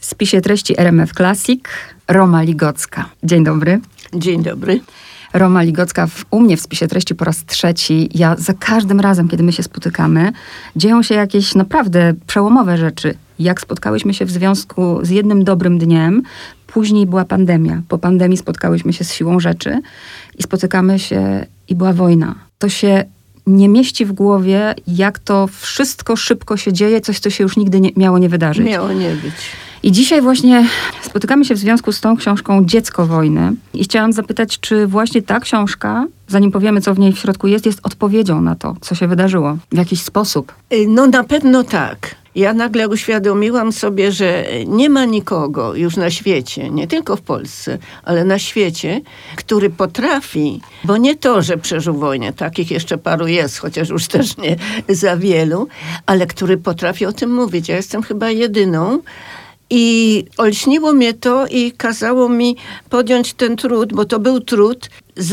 spisie treści RMF Classic Roma Ligocka. Dzień dobry. Dzień dobry. Roma Ligocka u mnie w spisie treści po raz trzeci. Ja za każdym razem, kiedy my się spotykamy, dzieją się jakieś naprawdę przełomowe rzeczy. Jak spotkałyśmy się w związku z jednym dobrym dniem, później była pandemia. Po pandemii spotkałyśmy się z siłą rzeczy i spotykamy się i była wojna. To się nie mieści w głowie, jak to wszystko szybko się dzieje, coś, co się już nigdy miało nie wydarzyć. Miało nie być. I dzisiaj właśnie spotykamy się w związku z tą książką Dziecko wojny. I chciałam zapytać, czy właśnie ta książka, zanim powiemy, co w niej w środku jest odpowiedzią na to, co się wydarzyło w jakiś sposób. No na pewno tak. Ja nagle uświadomiłam sobie, że nie ma nikogo już na świecie, nie tylko w Polsce, ale na świecie, który potrafi, bo nie to, że przeżył wojnę, takich jeszcze paru jest, chociaż już też nie za wielu, ale który potrafi o tym mówić. Ja jestem chyba jedyną. I olśniło mnie to i kazało mi podjąć ten trud, bo to był trud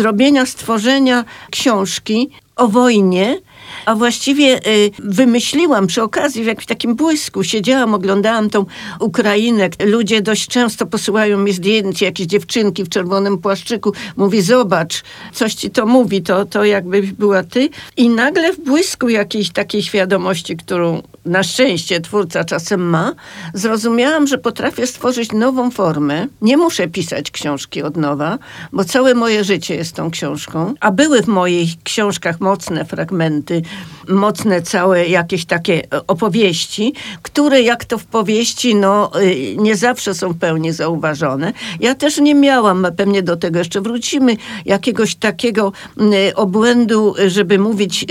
stworzenia książki o wojnie, a właściwie wymyśliłam przy okazji w jakimś takim błysku. Siedziałam, oglądałam tą Ukrainę. Ludzie dość często posyłają mi zdjęcia, jakieś dziewczynki w czerwonym płaszczyku. Mówi, zobacz, coś ci to mówi, to jakby była ty. I nagle w błysku jakiejś takiej świadomości, którą na szczęście twórca czasem ma, zrozumiałam, że potrafię stworzyć nową formę. Nie muszę pisać książki od nowa, bo całe moje życie jest tą książką. A były w moich książkach mocne fragmenty, mocne całe jakieś takie opowieści, które jak to w powieści, nie zawsze są w pełni zauważone. Ja też nie miałam, pewnie do tego jeszcze wrócimy, jakiegoś takiego obłędu, żeby mówić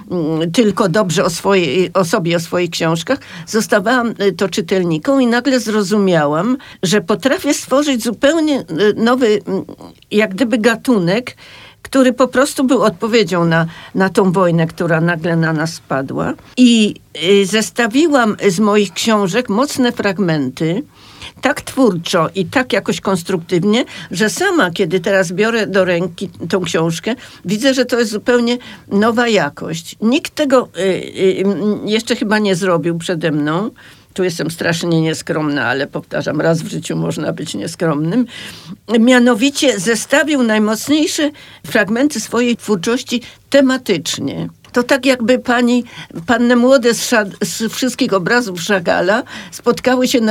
tylko dobrze o sobie, o swoich książkach. Zostawałam to czytelnikom i nagle zrozumiałam, że potrafię stworzyć zupełnie nowy, jak gdyby gatunek, który po prostu był odpowiedzią na tą wojnę, która nagle na nas spadła. I zestawiłam z moich książek mocne fragmenty, tak twórczo i tak jakoś konstruktywnie, że sama, kiedy teraz biorę do ręki tą książkę, widzę, że to jest zupełnie nowa jakość. Nikt tego jeszcze chyba nie zrobił przede mną. Tu jestem strasznie nieskromna, ale powtarzam, raz w życiu można być nieskromnym. Mianowicie zestawił najmocniejsze fragmenty swojej twórczości tematycznie. To tak jakby panny młode z wszystkich obrazów Chagalla spotkały się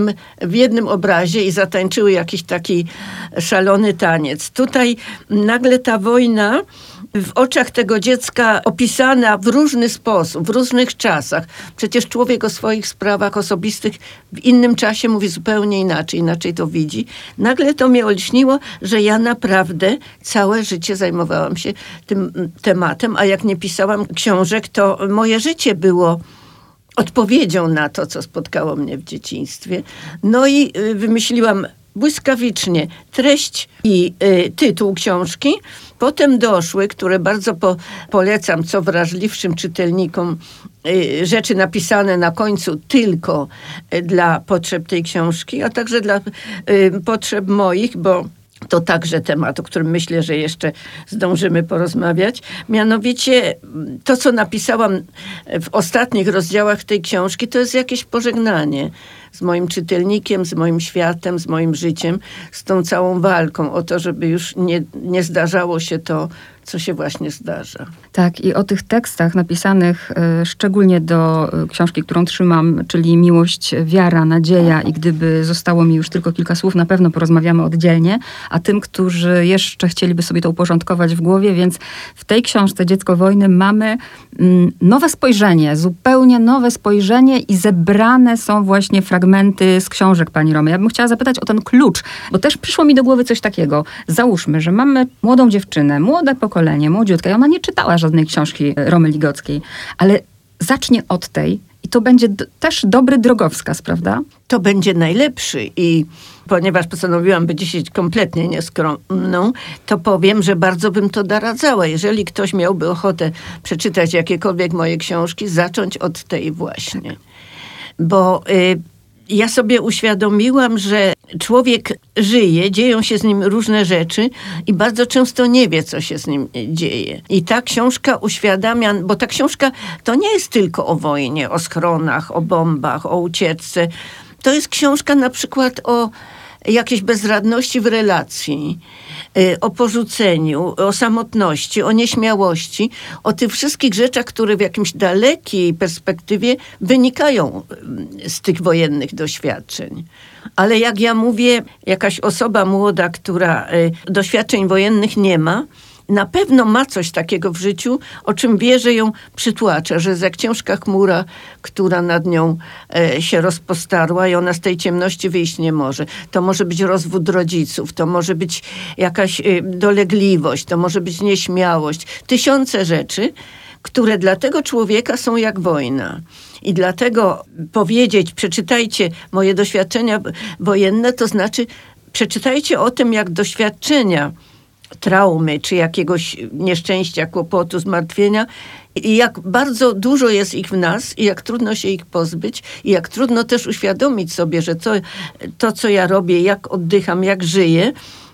w jednym obrazie i zatańczyły jakiś taki szalony taniec. Tutaj nagle ta wojna w oczach tego dziecka opisana w różny sposób, w różnych czasach. Przecież człowiek o swoich sprawach osobistych w innym czasie mówi zupełnie inaczej to widzi. Nagle to mnie olśniło, że ja naprawdę całe życie zajmowałam się tym tematem, a jak nie pisałam książek, to moje życie było odpowiedzią na to, co spotkało mnie w dzieciństwie. No i wymyśliłam błyskawicznie treść i tytuł książki. Potem doszły, które bardzo polecam, co wrażliwszym czytelnikom, rzeczy napisane na końcu tylko dla potrzeb tej książki, a także dla potrzeb moich, bo to także temat, o którym myślę, że jeszcze zdążymy porozmawiać. Mianowicie to, co napisałam w ostatnich rozdziałach tej książki, to jest jakieś pożegnanie z moim czytelnikiem, z moim światem, z moim życiem, z tą całą walką o to, żeby już nie zdarzało się to, co się właśnie zdarza. Tak, i o tych tekstach napisanych szczególnie do książki, którą trzymam, czyli Miłość, wiara, nadzieja i gdyby zostało mi już tylko kilka słów, na pewno porozmawiamy oddzielnie, a tym, którzy jeszcze chcieliby sobie to uporządkować w głowie, więc w tej książce Dziecko wojny mamy nowe spojrzenie, zupełnie nowe spojrzenie i zebrane są właśnie fragmenty z książek pani Romy. Ja bym chciała zapytać o ten klucz, bo też przyszło mi do głowy coś takiego. Załóżmy, że mamy młodą dziewczynę, młode pokolenie, młodziutka i ona nie czytała żadnej książki Romy Ligockiej, ale zacznie od tej i to będzie też dobry drogowskaz, prawda? To będzie najlepszy i ponieważ postanowiłam być dzisiaj kompletnie nieskromną, to powiem, że bardzo bym to doradzała. Jeżeli ktoś miałby ochotę przeczytać jakiekolwiek moje książki, zacząć od tej właśnie. Bo ja sobie uświadomiłam, że człowiek żyje, dzieją się z nim różne rzeczy i bardzo często nie wie, co się z nim dzieje. I ta książka uświadamia, bo ta książka to nie jest tylko o wojnie, o schronach, o bombach, o ucieczce. To jest książka na przykład o jakiejś bezradności w relacji, o porzuceniu, o samotności, o nieśmiałości, o tych wszystkich rzeczach, które w jakimś dalekiej perspektywie wynikają z tych wojennych doświadczeń. Ale jak ja mówię, jakaś osoba młoda, która doświadczeń wojennych nie ma, na pewno ma coś takiego w życiu, o czym wie, że ją przytłacza, że jest jak ciężka chmura, która nad nią się rozpostarła i ona z tej ciemności wyjść nie może. To może być rozwód rodziców, to może być jakaś dolegliwość, to może być nieśmiałość. Tysiące rzeczy, które dla tego człowieka są jak wojna. I dlatego powiedzieć, przeczytajcie moje doświadczenia wojenne, to znaczy przeczytajcie o tym, jak doświadczenia traumy, czy jakiegoś nieszczęścia, kłopotu, zmartwienia i jak bardzo dużo jest ich w nas i jak trudno się ich pozbyć i jak trudno też uświadomić sobie, że to, co ja robię, jak oddycham, jak żyję,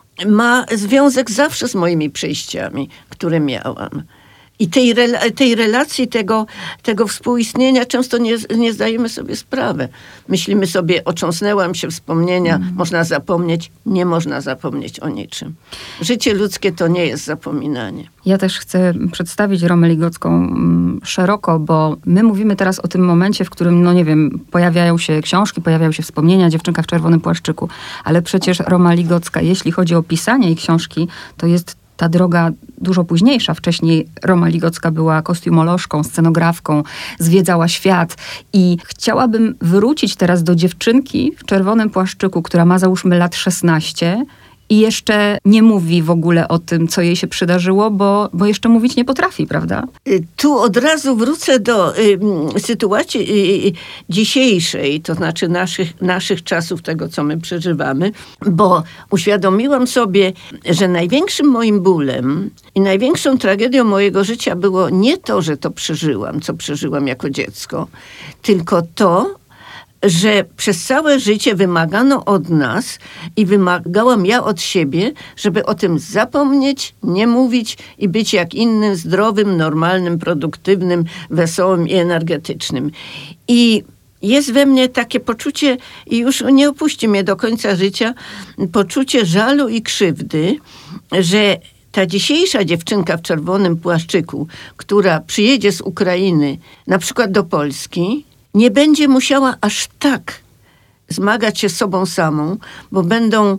ma związek zawsze z moimi przejściami, które miałam. I tej relacji, tego współistnienia często nie zdajemy sobie sprawy. Myślimy sobie, otrząsnęłam się wspomnienia, można zapomnieć. Nie można zapomnieć o niczym. Życie ludzkie to nie jest zapominanie. Ja też chcę przedstawić Romę Ligocką szeroko, bo my mówimy teraz o tym momencie, w którym, no nie wiem, pojawiają się książki, pojawiają się wspomnienia, Dziewczynka w czerwonym płaszczyku, ale przecież Roma Ligocka, jeśli chodzi o pisanie jej książki, to jest ta droga dużo późniejsza. Wcześniej Roma Ligocka była kostiumolożką, scenografką, zwiedzała świat i chciałabym wrócić teraz do dziewczynki w czerwonym płaszczyku, która ma załóżmy lat 16 i jeszcze nie mówi w ogóle o tym, co jej się przydarzyło, bo jeszcze mówić nie potrafi, prawda? Tu od razu wrócę do sytuacji dzisiejszej, to znaczy naszych czasów, tego, co my przeżywamy, bo uświadomiłam sobie, że największym moim bólem i największą tragedią mojego życia było nie to, że to przeżyłam, co przeżyłam jako dziecko, tylko to, że przez całe życie wymagano od nas i wymagałam ja od siebie, żeby o tym zapomnieć, nie mówić i być jak innym, zdrowym, normalnym, produktywnym, wesołym i energetycznym. I jest we mnie takie poczucie, i już nie opuści mnie do końca życia, poczucie żalu i krzywdy, że ta dzisiejsza dziewczynka w czerwonym płaszczyku, która przyjedzie z Ukrainy, na przykład do Polski, nie będzie musiała aż tak zmagać się z sobą samą, bo będą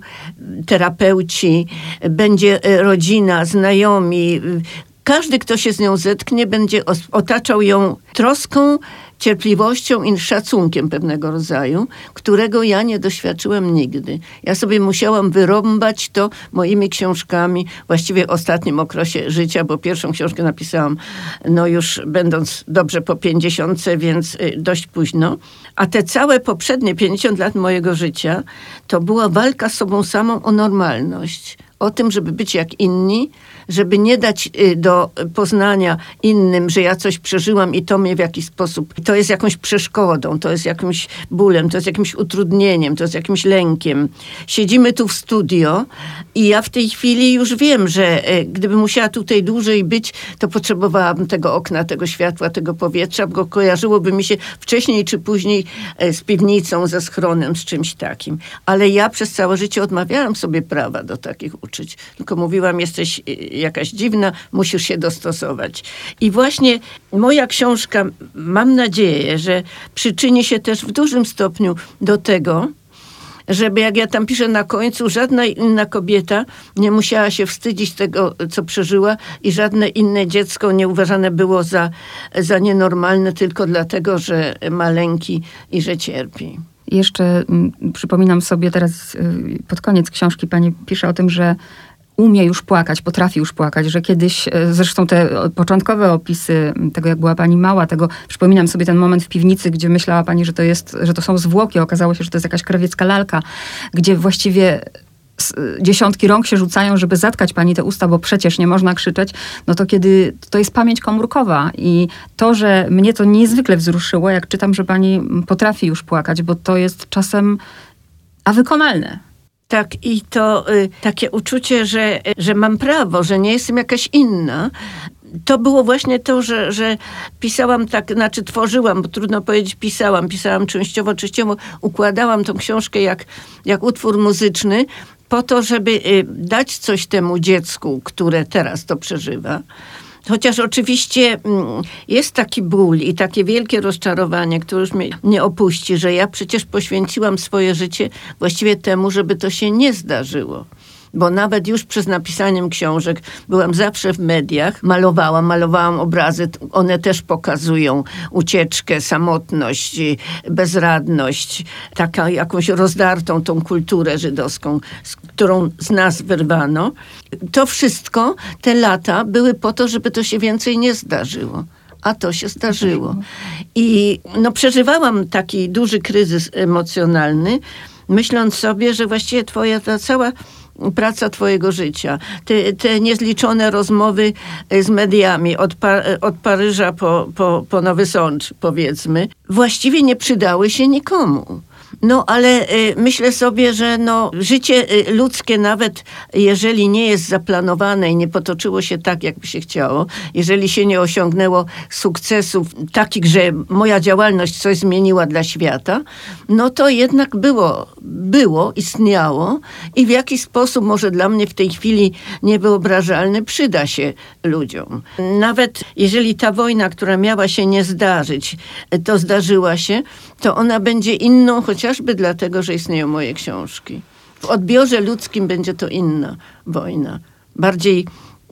terapeuci, będzie rodzina, znajomi. Każdy, kto się z nią zetknie, będzie otaczał ją troską, cierpliwością i szacunkiem pewnego rodzaju, którego ja nie doświadczyłem nigdy. Ja sobie musiałam wyrąbać to moimi książkami, właściwie w ostatnim okresie życia, bo pierwszą książkę napisałam, no już będąc dobrze po 50, więc dość późno. A te całe poprzednie 50 lat mojego życia, to była walka z sobą samą o normalność. O tym, żeby być jak inni, żeby nie dać do poznania innym, że ja coś przeżyłam i to mnie w jakiś sposób, to jest jakąś przeszkodą, to jest jakimś bólem, to jest jakimś utrudnieniem, to jest jakimś lękiem. Siedzimy tu w studio i ja w tej chwili już wiem, że gdybym musiała tutaj dłużej być, to potrzebowałabym tego okna, tego światła, tego powietrza, bo kojarzyłoby mi się wcześniej czy później z piwnicą, ze schronem, z czymś takim. Ale ja przez całe życie odmawiałam sobie prawa do takich uczuć. Tylko mówiłam, jesteś jakaś dziwna, musisz się dostosować. I właśnie moja książka, mam nadzieję, że przyczyni się też w dużym stopniu do tego, żeby, jak ja tam piszę na końcu, żadna inna kobieta nie musiała się wstydzić tego, co przeżyła i żadne inne dziecko nie uważane było za nienormalne tylko dlatego, że ma lęki i że cierpi. Jeszcze przypominam sobie teraz pod koniec książki pani pisze o tym, że umie już płakać, potrafi już płakać, że kiedyś, zresztą te początkowe opisy tego, jak była pani mała, tego, przypominam sobie ten moment w piwnicy, gdzie myślała pani, że to są zwłoki, okazało się, że to jest jakaś krawiecka lalka, gdzie właściwie dziesiątki rąk się rzucają, żeby zatkać pani te usta, bo przecież nie można krzyczeć, no to kiedy to jest pamięć komórkowa i to, że mnie to niezwykle wzruszyło, jak czytam, że pani potrafi już płakać, bo to jest czasem wykonalne. Tak, i to takie uczucie, że mam prawo, że nie jestem jakaś inna. to było właśnie to, że pisałam tak, znaczy tworzyłam, bo trudno powiedzieć pisałam częściowo, układałam tą książkę jak utwór muzyczny, po to, żeby dać coś temu dziecku, które teraz to przeżywa. Chociaż oczywiście jest taki ból i takie wielkie rozczarowanie, które już mnie nie opuści, że ja przecież poświęciłam swoje życie właściwie temu, żeby to się nie zdarzyło. Bo nawet już przez napisaniem książek byłam zawsze w mediach, malowałam obrazy, one też pokazują ucieczkę, samotność, bezradność, taką jakąś rozdartą tą kulturę żydowską, którą z nas wyrwano. To wszystko, te lata były po to, żeby to się więcej nie zdarzyło. A to się zdarzyło. I przeżywałam taki duży kryzys emocjonalny, myśląc sobie, że właściwie ta cała praca twojego życia, te niezliczone rozmowy z mediami od Paryża po Nowy Sącz, powiedzmy, właściwie nie przydały się nikomu. Ale myślę sobie, że życie ludzkie, nawet jeżeli nie jest zaplanowane i nie potoczyło się tak, jakby się chciało, jeżeli się nie osiągnęło sukcesów takich, że moja działalność coś zmieniła dla świata, to jednak istniało i w jakiś sposób, może dla mnie w tej chwili niewyobrażalny, przyda się ludziom. Nawet jeżeli ta wojna, która miała się nie zdarzyć, to zdarzyła się, to ona będzie inną, chociażby dlatego, że istnieją moje książki. W odbiorze ludzkim będzie to inna wojna. Bardziej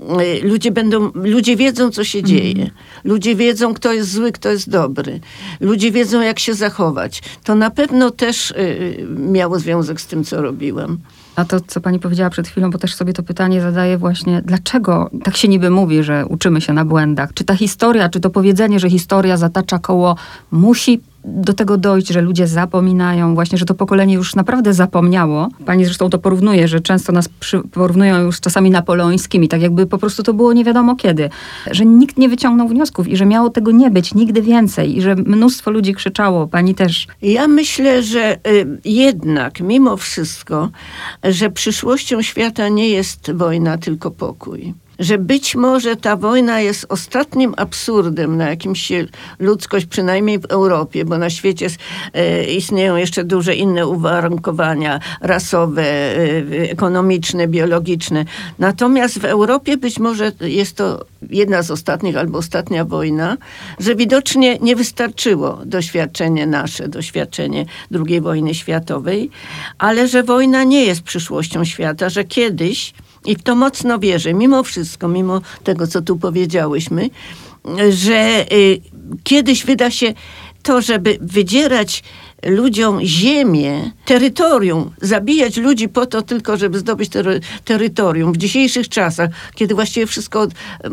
ludzie wiedzą, co się dzieje. Ludzie wiedzą, kto jest zły, kto jest dobry. Ludzie wiedzą, jak się zachować. To na pewno też miało związek z tym, co robiłam. A to, co pani powiedziała przed chwilą, bo też sobie to pytanie zadaję właśnie, dlaczego tak się niby mówi, że uczymy się na błędach? Czy ta historia, czy to powiedzenie, że historia zatacza koło, musi do tego dojść, że ludzie zapominają, właśnie, że to pokolenie już naprawdę zapomniało. Pani zresztą to porównuje, że często nas porównują już czasami napoleońskimi, tak jakby po prostu to było nie wiadomo kiedy. Że nikt nie wyciągnął wniosków i że miało tego nie być nigdy więcej i że mnóstwo ludzi krzyczało, pani też. Ja myślę, że jednak mimo wszystko, że przyszłością świata nie jest wojna, tylko pokój. Że być może ta wojna jest ostatnim absurdem, na jakim się ludzkość, przynajmniej w Europie, bo na świecie istnieją jeszcze duże inne uwarunkowania rasowe, ekonomiczne, biologiczne. Natomiast w Europie być może jest to jedna z ostatnich albo ostatnia wojna, że widocznie nie wystarczyło doświadczenie II wojny światowej, ale że wojna nie jest przyszłością świata, że kiedyś, i w to mocno wierzę, mimo wszystko, mimo tego, co tu powiedziałyśmy, że kiedyś wyda się to, żeby wydzierać ludziom ziemię, terytorium, zabijać ludzi po to tylko, żeby zdobyć terytorium w dzisiejszych czasach, kiedy właściwie wszystko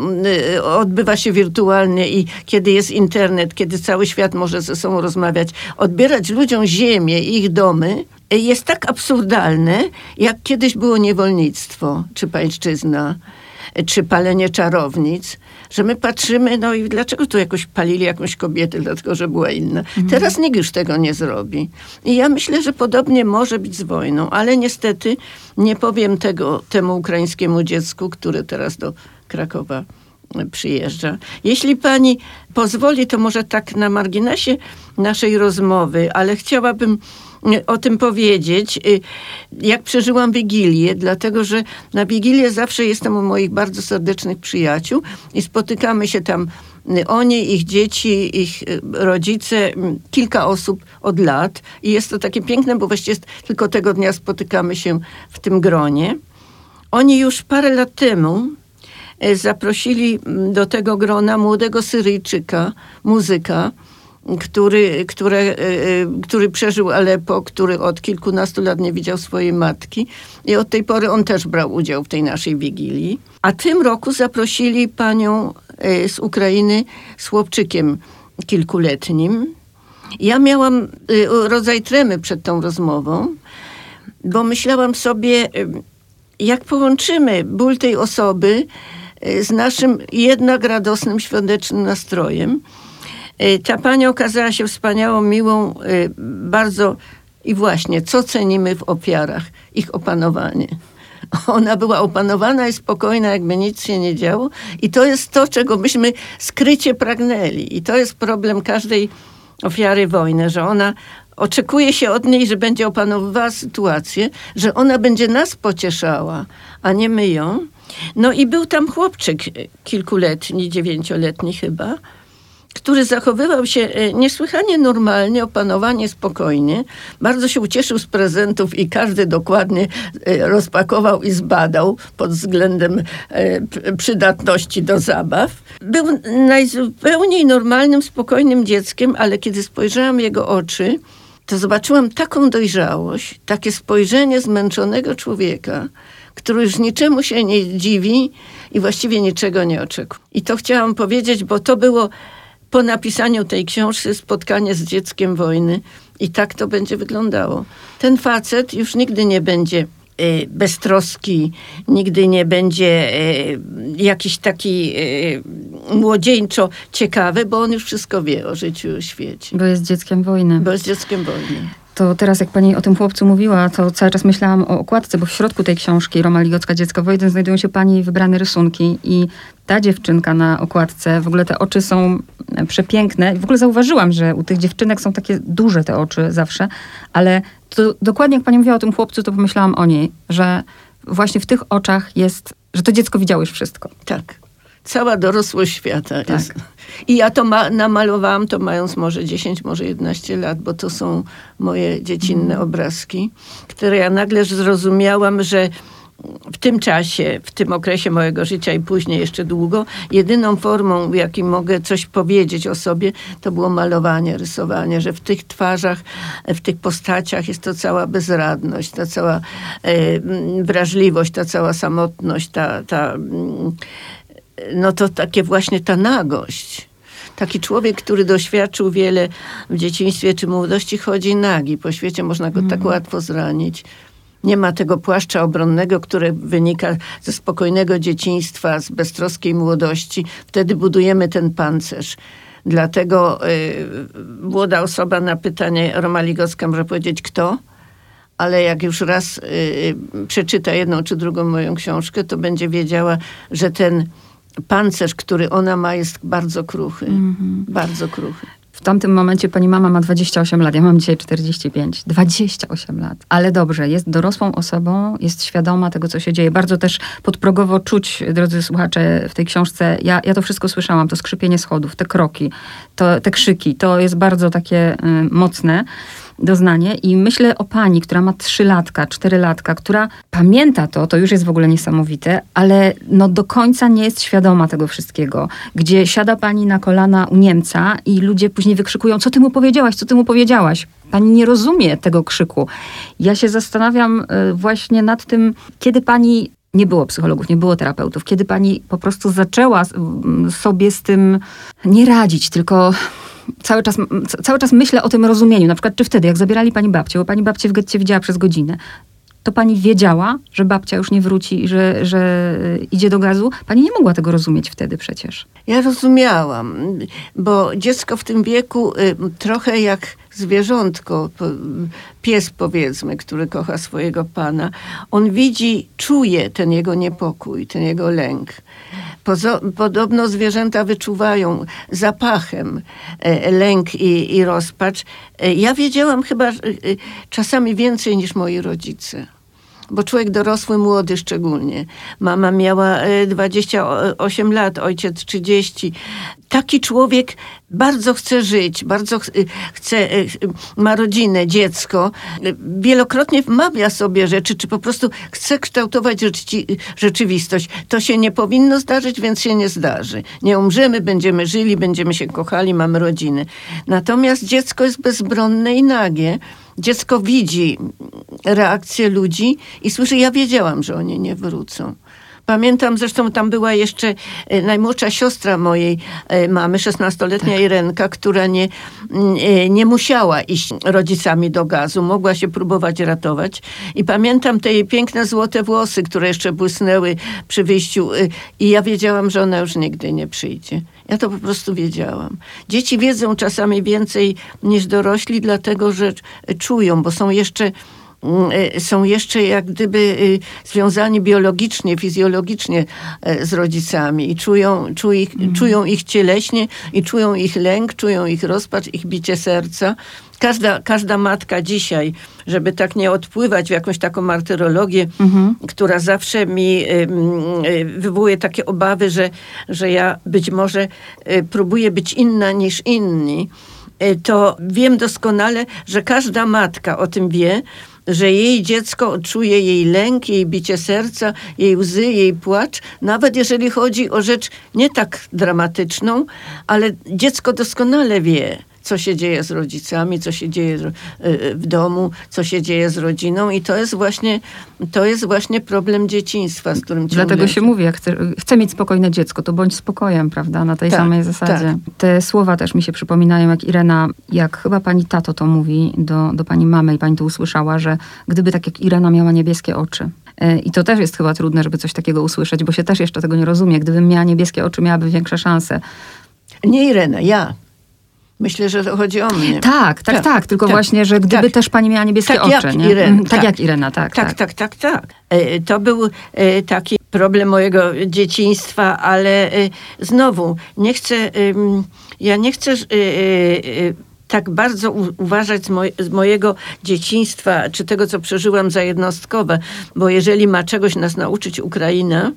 odbywa się wirtualnie i kiedy jest internet, kiedy cały świat może ze sobą rozmawiać, odbierać ludziom ziemię i ich domy, jest tak absurdalne, jak kiedyś było niewolnictwo, czy pańszczyzna, czy palenie czarownic, że my patrzymy, i dlaczego tu jakoś palili jakąś kobietę, dlatego, że była inna. Teraz nikt już tego nie zrobi. I ja myślę, że podobnie może być z wojną, ale niestety nie powiem tego temu ukraińskiemu dziecku, które teraz do Krakowa przyjeżdża. Jeśli pani pozwoli, to może tak na marginesie naszej rozmowy, ale chciałabym o tym powiedzieć, jak przeżyłam Wigilię, dlatego, że na Wigilię zawsze jestem u moich bardzo serdecznych przyjaciół i spotykamy się tam oni, ich dzieci, ich rodzice, kilka osób od lat i jest to takie piękne, bo właściwie tylko tego dnia spotykamy się w tym gronie. Oni już parę lat temu zaprosili do tego grona młodego Syryjczyka, muzyka, który przeżył Aleppo, który od kilkunastu lat nie widział swojej matki i od tej pory on też brał udział w tej naszej Wigilii. A tym roku zaprosili panią z Ukrainy z chłopczykiem kilkuletnim. Ja miałam rodzaj tremy przed tą rozmową, bo myślałam sobie, jak połączymy ból tej osoby z naszym jednak radosnym, świątecznym nastrojem. Ta pani okazała się wspaniałą, miłą, bardzo i właśnie, co cenimy w ofiarach? Ich opanowanie. Ona była opanowana i spokojna, jakby nic się nie działo. I to jest to, czego myśmy skrycie pragnęli. I to jest problem każdej ofiary wojny, że ona oczekuje się od niej, że będzie opanowywała sytuację, że ona będzie nas pocieszała, a nie my ją. No i był tam chłopczyk kilkuletni, 9-letni chyba, który zachowywał się niesłychanie normalnie, opanowanie, spokojnie. Bardzo się ucieszył z prezentów i każdy dokładnie rozpakował i zbadał pod względem przydatności do zabaw. Był najzupełniej normalnym, spokojnym dzieckiem, ale kiedy spojrzałam w jego oczy, to zobaczyłam taką dojrzałość, takie spojrzenie zmęczonego człowieka, który już niczemu się nie dziwi i właściwie niczego nie oczekuje. I to chciałam powiedzieć, bo to było po napisaniu tej książki spotkanie z dzieckiem wojny i tak to będzie wyglądało. Ten facet już nigdy nie będzie beztroski, nigdy nie będzie jakiś taki młodzieńczo ciekawy, bo on już wszystko wie o życiu i świecie. Bo jest dzieckiem wojny. Bo jest dzieckiem wojny. To teraz, jak pani o tym chłopcu mówiła, to cały czas myślałam o okładce, bo w środku tej książki Roma Ligocka Dziecko wojny znajdują się pani wybrane rysunki i ta dziewczynka na okładce, w ogóle te oczy są przepiękne. W ogóle zauważyłam, że u tych dziewczynek są takie duże te oczy zawsze, ale to dokładnie jak pani mówiła o tym chłopcu, to pomyślałam o niej, że właśnie w tych oczach jest, że to dziecko widziało już wszystko. Tak. Cała dorosłość świata tak. jest. I ja to namalowałam to mając może 10, może 11 lat, bo to są moje dziecinne obrazki, które ja nagle zrozumiałam, że w tym czasie, w tym okresie mojego życia i później jeszcze długo, jedyną formą, w jakiej mogę coś powiedzieć o sobie, to było malowanie, rysowanie, że w tych twarzach, w tych postaciach jest to cała bezradność, ta cała wrażliwość, ta cała samotność, no to takie właśnie ta nagość. Taki człowiek, który doświadczył wiele w dzieciństwie czy młodości, chodzi nagi. Po świecie można go tak łatwo zranić. Nie ma tego płaszcza obronnego, które wynika ze spokojnego dzieciństwa, z beztroskiej młodości. Wtedy budujemy ten pancerz. Dlatego młoda osoba na pytanie Roma Ligocka może powiedzieć kto, ale jak już raz przeczyta jedną czy drugą moją książkę, to będzie wiedziała, że ten pancerz, który ona ma, jest bardzo kruchy. Bardzo kruchy. W tamtym momencie pani mama ma 28 lat, ja mam dzisiaj 45. 28 lat. Ale dobrze, jest dorosłą osobą, jest świadoma tego, co się dzieje. Bardzo też podprogowo czuć, drodzy słuchacze, w tej książce, ja to wszystko słyszałam, to skrzypienie schodów, te kroki, te krzyki, to jest bardzo takie mocne doznanie i myślę o pani, która ma 3-latka, 4-latka, która pamięta to już jest w ogóle niesamowite, ale no do końca nie jest świadoma tego wszystkiego. Gdzie siada pani na kolana u Niemca i ludzie później wykrzykują, co ty mu powiedziałaś, co ty mu powiedziałaś. Pani nie rozumie tego krzyku. Ja się zastanawiam właśnie nad tym, kiedy pani nie było psychologów, nie było terapeutów. Kiedy pani po prostu zaczęła sobie z tym nie radzić, tylko cały czas myślę o tym rozumieniu. Na przykład, czy wtedy, jak zabierali pani babcię, bo pani babcię w getcie widziała przez godzinę, to pani wiedziała, że babcia już nie wróci i że idzie do gazu? Pani nie mogła tego rozumieć wtedy przecież. Ja rozumiałam, bo dziecko w tym wieku trochę jak zwierzątko, pies powiedzmy, który kocha swojego pana. On widzi, czuje ten jego niepokój, ten jego lęk. Podobno zwierzęta wyczuwają zapachem lęk i rozpacz. Ja wiedziałam chyba czasami więcej niż moi rodzice. Bo człowiek dorosły, młody szczególnie. Mama miała 28 lat, ojciec 30. Taki człowiek bardzo chce żyć, bardzo chce, ma rodzinę, dziecko. Wielokrotnie wmawia sobie rzeczy, czy po prostu chce kształtować rzeczywistość. To się nie powinno zdarzyć, więc się nie zdarzy. Nie umrzemy, będziemy żyli, będziemy się kochali, mamy rodzinę. Natomiast dziecko jest bezbronne i nagie. Dziecko widzi reakcję ludzi i słyszy, ja wiedziałam, że oni nie wrócą. Pamiętam, zresztą tam była jeszcze najmłodsza siostra mojej mamy, 16-letnia Irenka, która nie musiała iść rodzicami do gazu. Mogła się próbować ratować. I pamiętam te jej piękne złote włosy, które jeszcze błysnęły przy wyjściu. I ja wiedziałam, że ona już nigdy nie przyjdzie. Ja to po prostu wiedziałam. Dzieci wiedzą czasami więcej niż dorośli, dlatego że czują, bo są jeszcze są jeszcze jak gdyby związani biologicznie, fizjologicznie z rodzicami i czują ich cieleśnie i czują ich lęk, czują ich rozpacz, ich bicie serca. Każda matka dzisiaj, żeby tak nie odpływać w jakąś taką martyrologię, która zawsze mi wywołuje takie obawy, że ja być może próbuję być inna niż inni, to wiem doskonale, że każda matka o tym wie, że jej dziecko odczuje jej lęk, jej bicie serca, jej łzy, jej płacz, nawet jeżeli chodzi o rzecz nie tak dramatyczną, ale dziecko doskonale wie, co się dzieje z rodzicami, co się dzieje w domu, co się dzieje z rodziną i to jest właśnie problem dzieciństwa, z którym ciągle... Dlatego się mówi, jak chcę mieć spokojne dziecko, to bądź spokojem, prawda, na tej samej zasadzie. Tak. Te słowa też mi się przypominają, jak Irena, jak chyba pani tato to mówi do pani mamy i pani to usłyszała, że gdyby tak jak Irena miała niebieskie oczy. I to też jest chyba trudne, żeby coś takiego usłyszeć, bo się też jeszcze tego nie rozumie. Gdybym miała niebieskie oczy, miałabym większe szanse. Nie Irena, ja. Myślę, że to chodzi o mnie. Tak. Tylko właśnie, że gdyby też pani miała niebieskie oczy. Jak nie? Irena, tak jak Irena, tak. To był taki problem mojego dzieciństwa, ale znowu, ja nie chcę tak bardzo uważać z mojego dzieciństwa, czy tego, co przeżyłam za jednostkowe, bo jeżeli ma czegoś nas nauczyć Ukraina,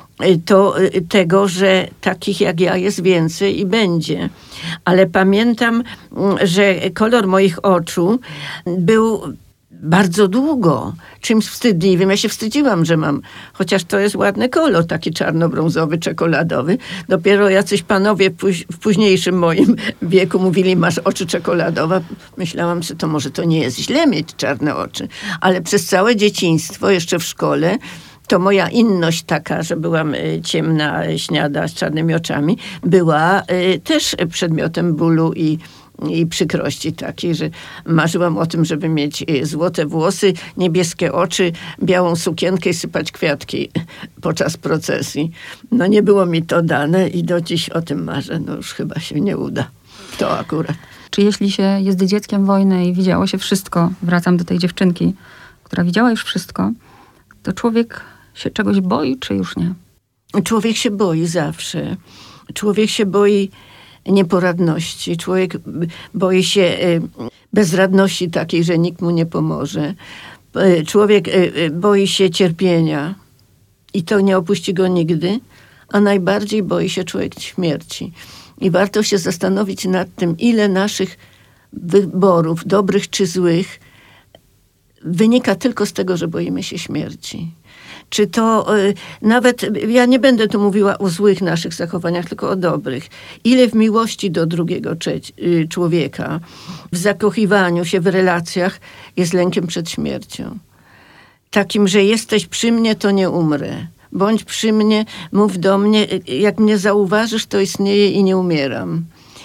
to tego, że takich jak ja jest więcej i będzie. Ale pamiętam, że kolor moich oczu był bardzo długo czymś wstydliwym. Ja się wstydziłam, że mam, chociaż to jest ładny kolor, taki czarno-brązowy, czekoladowy. Dopiero jacyś panowie w późniejszym moim wieku mówili, masz oczy czekoladowe. Myślałam, że to może to nie jest źle mieć czarne oczy. Ale przez całe dzieciństwo, jeszcze w szkole, to moja inność taka, że byłam ciemna, śniada, z czarnymi oczami, była też przedmiotem bólu i przykrości takiej, że marzyłam o tym, żeby mieć złote włosy, niebieskie oczy, białą sukienkę i sypać kwiatki podczas procesji. No nie było mi to dane i do dziś o tym marzę. No już chyba się nie uda. To akurat. Czy jeśli się jest dzieckiem wojny i widziało się wszystko, wracam do tej dziewczynki, która widziała już wszystko, to człowiek się czegoś boi, czy już nie? Człowiek się boi zawsze. Człowiek się boi nieporadności. Człowiek boi się bezradności takiej, że nikt mu nie pomoże. Człowiek boi się cierpienia i to nie opuści go nigdy, a najbardziej boi się człowiek śmierci. I warto się zastanowić nad tym, ile naszych wyborów, dobrych czy złych, wynika tylko z tego, że boimy się śmierci. Czy to nawet, ja nie będę tu mówiła o złych naszych zachowaniach, tylko o dobrych. Ile w miłości do drugiego człowieka, w zakochiwaniu się, w relacjach jest lękiem przed śmiercią. Takim, że jesteś przy mnie, to nie umrę. Bądź przy mnie, mów do mnie, jak mnie zauważysz, to istnieję i nie umieram.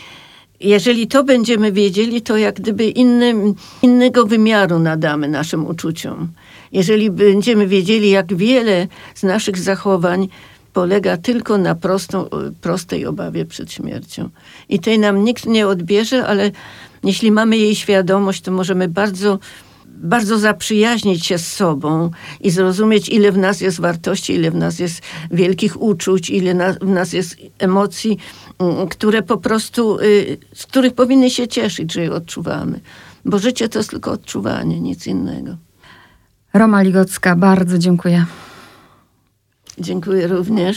Jeżeli to będziemy wiedzieli, to jak gdyby innego wymiaru nadamy naszym uczuciom. Jeżeli będziemy wiedzieli, jak wiele z naszych zachowań polega tylko na prostej obawie przed śmiercią. I tej nam nikt nie odbierze, ale jeśli mamy jej świadomość, to możemy bardzo, bardzo zaprzyjaźnić się z sobą i zrozumieć, ile w nas jest wartości, ile w nas jest wielkich uczuć, ile w nas jest emocji, które po prostu, z których powinny się cieszyć, że je odczuwamy. Bo życie to jest tylko odczuwanie, nic innego. Roma Ligocka, bardzo dziękuję. Dziękuję również.